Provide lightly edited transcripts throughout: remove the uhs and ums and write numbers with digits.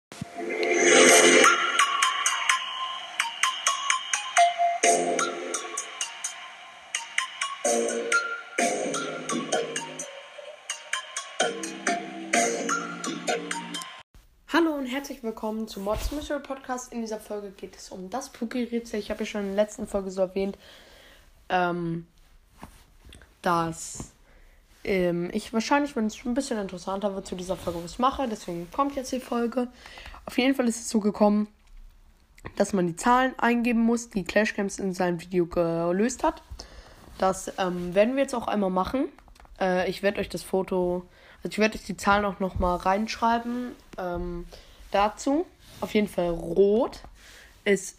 Hallo und herzlich willkommen zum Mods Mystery Podcast. In dieser Folge geht es um das Poké-Rätsel. Ich habe ja schon in der letzten Folge so erwähnt, dass ich wahrscheinlich, wenn es ein bisschen interessanter wird, zu dieser Folge was mache. Deswegen kommt jetzt die Folge. Auf jeden Fall ist es so gekommen, dass man die Zahlen eingeben muss, die Clash Games in seinem Video gelöst hat. Das werden wir jetzt auch einmal machen. Ich werde euch das Foto... Also ich werde euch die Zahlen auch nochmal reinschreiben dazu. Auf jeden Fall rot ist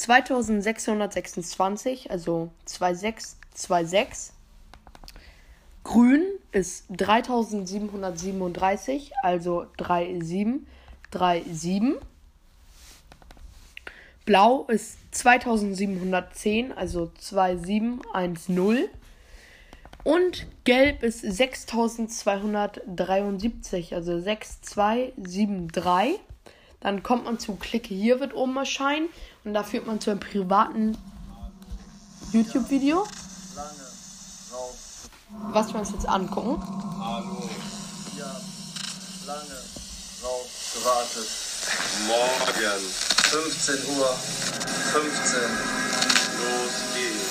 2626, also 2626. Grün ist 3737, also 3737. Blau ist 2710, also 2710. Und gelb ist 6273, also 6273. Dann kommt man zu Klicke hier, wird oben erscheinen. Und da führt man zu einem privaten YouTube-Video, was wir uns jetzt angucken. Hallo. Wir haben lange drauf gewartet. Morgen. 15:15 Uhr. Los geht's.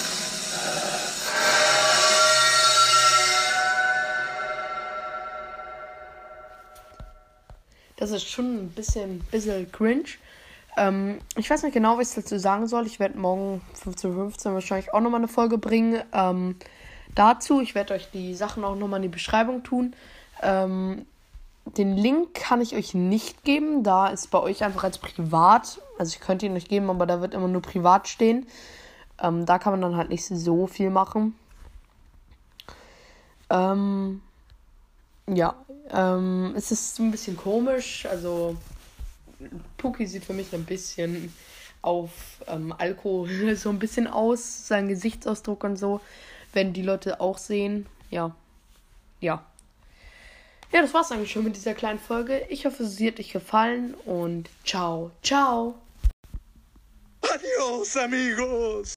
Das ist schon ein bisschen cringe. Ich weiß nicht genau, was ich dazu sagen soll. Ich werde morgen 15:15 Uhr wahrscheinlich auch nochmal eine Folge bringen. Dazu, ich werde euch die Sachen auch nochmal in die Beschreibung tun. Den Link kann ich euch nicht geben. Da ist bei euch einfach als privat. Also ich könnte ihn euch geben, aber da wird immer nur privat stehen. Da kann man dann halt nicht so viel machen. Es ist ein bisschen komisch. Also Puki sieht für mich ein bisschen auf Alkohol so ein bisschen aus. Sein Gesichtsausdruck und so. Wenn die Leute auch sehen. Ja, das war's eigentlich schon mit dieser kleinen Folge. Ich hoffe, sie hat euch gefallen und ciao. Adios, amigos.